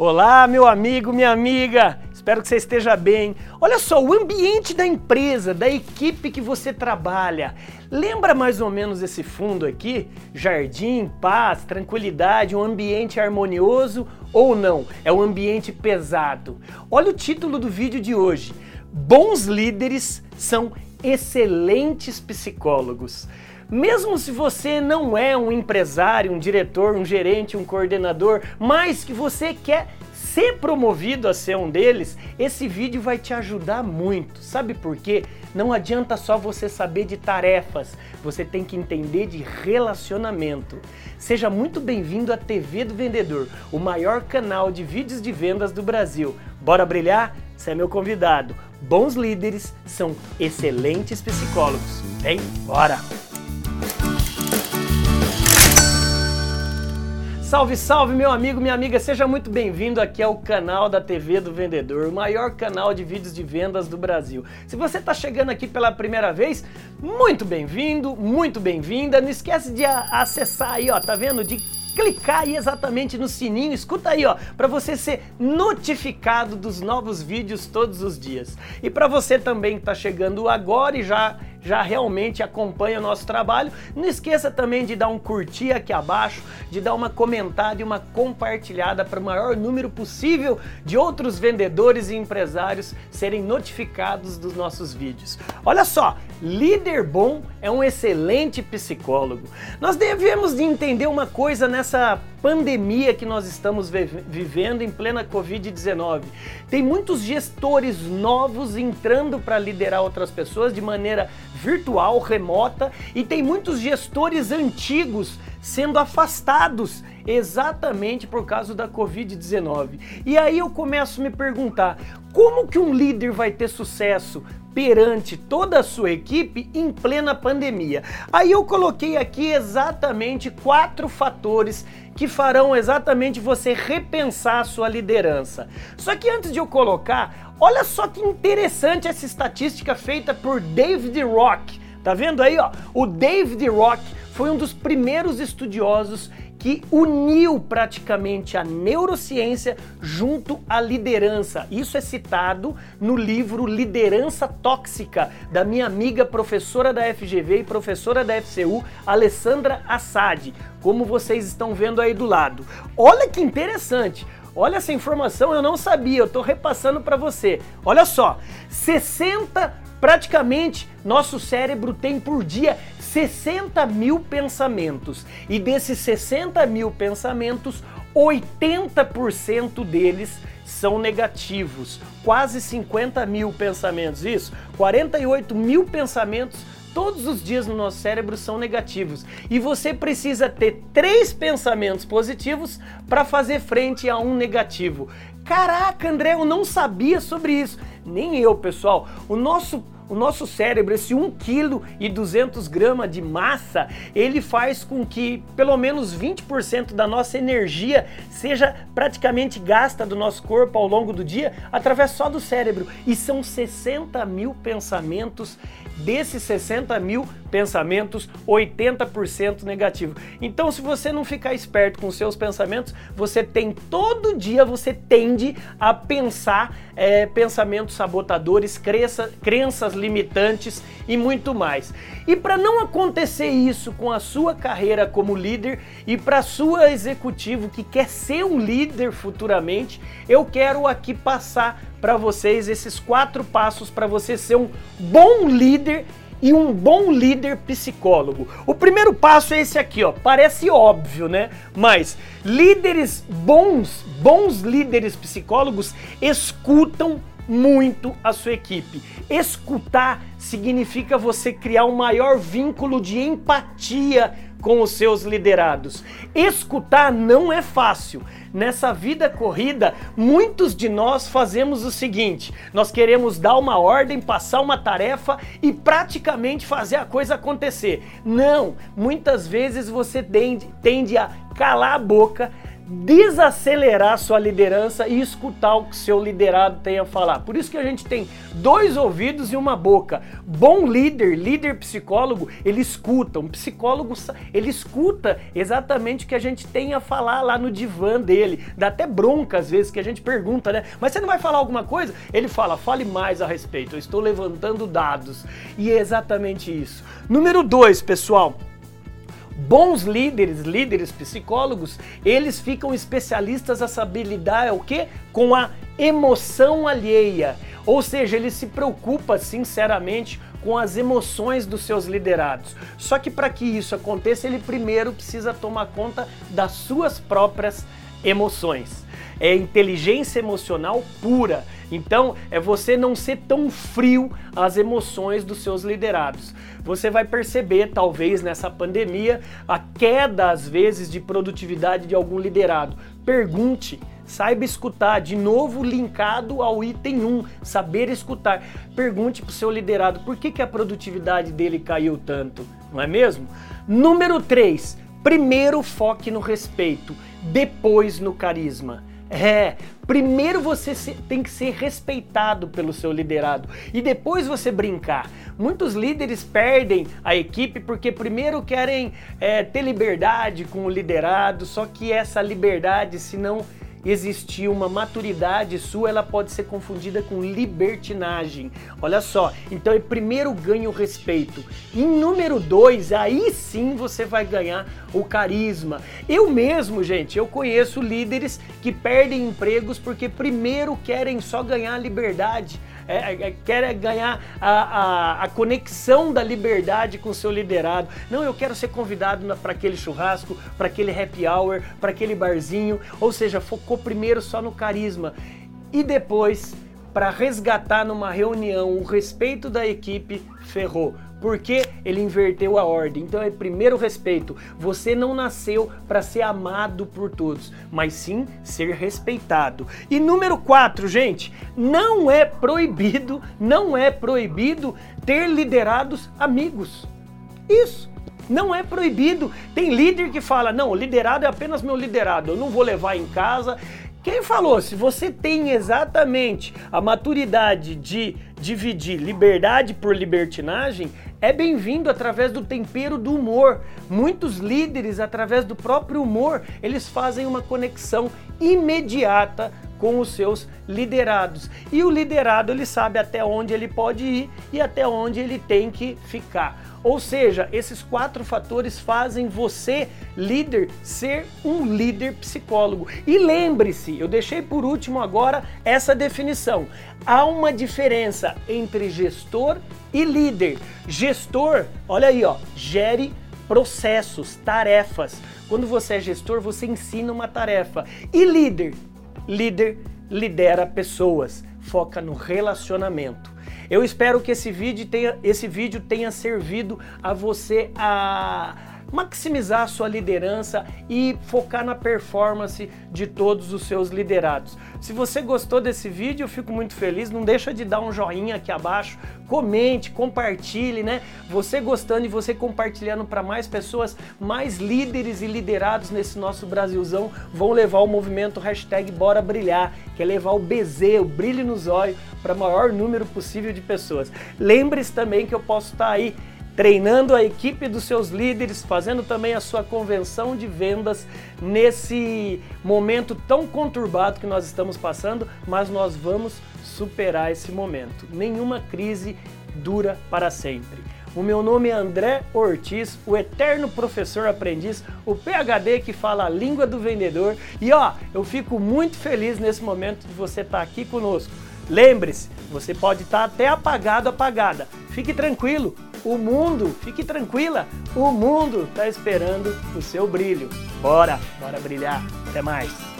Olá, meu amigo, minha amiga, espero que você esteja bem. Olha só, o ambiente da empresa, da equipe que você trabalha, lembra mais ou menos esse fundo aqui? Jardim, paz, tranquilidade, um ambiente harmonioso ou não? É um ambiente pesado. Olha o título do vídeo de hoje. Bons líderes são excelentes psicólogos. Mesmo se você não é um empresário, um diretor, um gerente, um coordenador, mas que você quer ser promovido a ser um deles, esse vídeo vai te ajudar muito. Sabe por quê? Não adianta só você saber de tarefas, você tem que entender de relacionamento. Seja muito bem-vindo à TV do Vendedor, o maior canal de vídeos de vendas do Brasil. Bora brilhar? Você é meu convidado. Bons líderes são excelentes psicólogos. Vem, bora! Salve, salve, meu amigo, minha amiga, seja muito bem-vindo aqui ao canal da TV do Vendedor, o maior canal de vídeos de vendas do Brasil. Se você está chegando aqui pela primeira vez, muito bem-vindo, muito bem-vinda. Não esquece de acessar aí, ó, tá vendo? De clicar aí exatamente no sininho, escuta aí, ó, para você ser notificado dos novos vídeos todos os dias. E para você também que está chegando agora e já realmente acompanha o nosso trabalho, não esqueça também de dar um curtir aqui abaixo, de dar uma comentada e uma compartilhada para o maior número possível de outros vendedores e empresários serem notificados dos nossos vídeos. Olha só, líder bom é um excelente psicólogo. Nós devemos de entender uma coisa nessa pandemia que nós estamos vivendo em plena Covid-19. Tem muitos gestores novos entrando para liderar outras pessoas de maneira virtual, remota, e tem muitos gestores antigos sendo afastados exatamente por causa da Covid-19. E aí eu começo a me perguntar, como que um líder vai ter sucesso perante toda a sua equipe em plena pandemia? Aí eu coloquei aqui exatamente 4 fatores que farão exatamente você repensar a sua liderança. Só que antes de eu colocar, olha só que interessante essa estatística feita por David Rock. Tá vendo aí, ó? O David Rock foi um dos primeiros estudiosos que uniu praticamente a neurociência junto à liderança. Isso é citado no livro Liderança Tóxica, da minha amiga professora da FGV e professora da FCU, Alessandra Assad, como vocês estão vendo aí do lado. Olha que interessante! Olha essa informação, eu não sabia, eu estou repassando para você. Olha só, praticamente nosso cérebro tem por dia 60 mil pensamentos, e desses 60 mil pensamentos, 80% deles são negativos, quase 50 mil pensamentos, isso, 48 mil pensamentos todos os dias no nosso cérebro são negativos, e você precisa ter 3 pensamentos positivos para fazer frente a um negativo. Caraca, André, eu não sabia sobre isso. Nem eu, pessoal. O nosso cérebro, esse 1,2 kg de massa, ele faz com que pelo menos 20% da nossa energia seja praticamente gasta do nosso corpo ao longo do dia através só do cérebro. E são 60 mil pensamentos. Desses 60 mil pensamentos, 80% negativo. Então, se você não ficar esperto com seus pensamentos, todo dia você tende a pensar pensamentos sabotadores, crenças limitantes e muito mais. E para não acontecer isso com a sua carreira como líder e para a sua executivo que quer ser um líder futuramente, eu quero aqui passar para vocês esses 4 passos para você ser um bom líder e um bom líder psicólogo. O primeiro passo é esse aqui, ó. Parece óbvio, né? Mas bons líderes psicólogos escutam muito a sua equipe. Escutar significa você criar um maior vínculo de empatia com os seus liderados. Escutar não é fácil. Nessa vida corrida, muitos de nós fazemos o seguinte: nós queremos dar uma ordem, passar uma tarefa e praticamente fazer a coisa acontecer. Não, muitas vezes você tende a calar a boca, desacelerar sua liderança e escutar o que seu liderado tem a falar. Por isso que a gente tem 2 ouvidos e uma boca. Bom líder psicólogo, ele escuta. Um psicólogo, ele escuta exatamente o que a gente tem a falar lá no divã dele. Dá até bronca às vezes que a gente pergunta, né? Mas você não vai falar alguma coisa? Ele fala, fale mais a respeito, eu estou levantando dados. E é exatamente isso. Número 2, pessoal. Bons líderes psicólogos, eles ficam especialistas a saber lidar o quê? Com a emoção alheia. Ou seja, ele se preocupa sinceramente com as emoções dos seus liderados. Só que para que isso aconteça, ele primeiro precisa tomar conta das suas próprias emoções. É inteligência emocional pura. Então, é você não ser tão frio às emoções dos seus liderados. Você vai perceber, talvez, nessa pandemia, a queda, às vezes, de produtividade de algum liderado. Pergunte, saiba escutar, de novo linkado ao item 1, saber escutar. Pergunte para o seu liderado por que a produtividade dele caiu tanto, não é mesmo? Número 3, primeiro foque no respeito, depois no carisma. Primeiro você tem que ser respeitado pelo seu liderado e depois você brincar. Muitos líderes perdem a equipe porque primeiro querem ter liberdade com o liderado, só que essa liberdade, se não existir uma maturidade sua, ela pode ser confundida com libertinagem. Olha só, então primeiro ganha o respeito. Em número 2, aí sim você vai ganhar o carisma. Eu mesmo, gente, eu conheço líderes que perdem empregos porque primeiro querem só ganhar a liberdade. Quer ganhar a conexão da liberdade com o seu liderado. Não, eu quero ser convidado para aquele churrasco, para aquele happy hour, para aquele barzinho. Ou seja, focou primeiro só no carisma. E depois, para resgatar numa reunião o respeito da equipe, ferrou. Porque ele inverteu a ordem. Então é primeiro respeito. Você não nasceu para ser amado por todos, mas sim ser respeitado. E número 4, gente, não é proibido ter liderados amigos. Isso. Não é proibido. Tem líder que fala, não, o liderado é apenas meu liderado, eu não vou levar em casa. Quem falou? Se você tem exatamente a maturidade de dividir liberdade por libertinagem, é bem-vindo através do tempero do humor. Muitos líderes, através do próprio humor, eles fazem uma conexão imediata com os seus liderados. E o liderado, ele sabe até onde ele pode ir e até onde ele tem que ficar. Ou seja, esses 4 fatores fazem você, líder, ser um líder psicólogo. E lembre-se, eu deixei por último agora essa definição. Há uma diferença entre gestor e líder. Gestor, olha aí, ó, gere processos, tarefas. Quando você é gestor, você ensina uma tarefa. E líder? Líder lidera pessoas, foca no relacionamento. Eu espero que esse vídeo tenha servido a você a maximizar a sua liderança e focar na performance de todos os seus liderados. Se você gostou desse vídeo, eu fico muito feliz. Não deixa de dar um joinha aqui abaixo, comente, compartilhe, né? Você gostando e você compartilhando para mais pessoas, mais líderes e liderados nesse nosso Brasilzão vão levar o movimento #Bora Brilhar, que é levar o BZ, o brilho nos olhos, para o maior número possível de pessoas. Lembre-se também que eu posso estar aí treinando a equipe dos seus líderes, fazendo também a sua convenção de vendas nesse momento tão conturbado que nós estamos passando, mas nós vamos superar esse momento. Nenhuma crise dura para sempre. O meu nome é André Ortiz, o eterno professor aprendiz, o PhD que fala a língua do vendedor. E ó, eu fico muito feliz nesse momento de você estar aqui conosco. Lembre-se, você pode estar até apagada. Fique tranquilo, fique tranquila, o mundo está esperando o seu brilho. Bora brilhar. Até mais.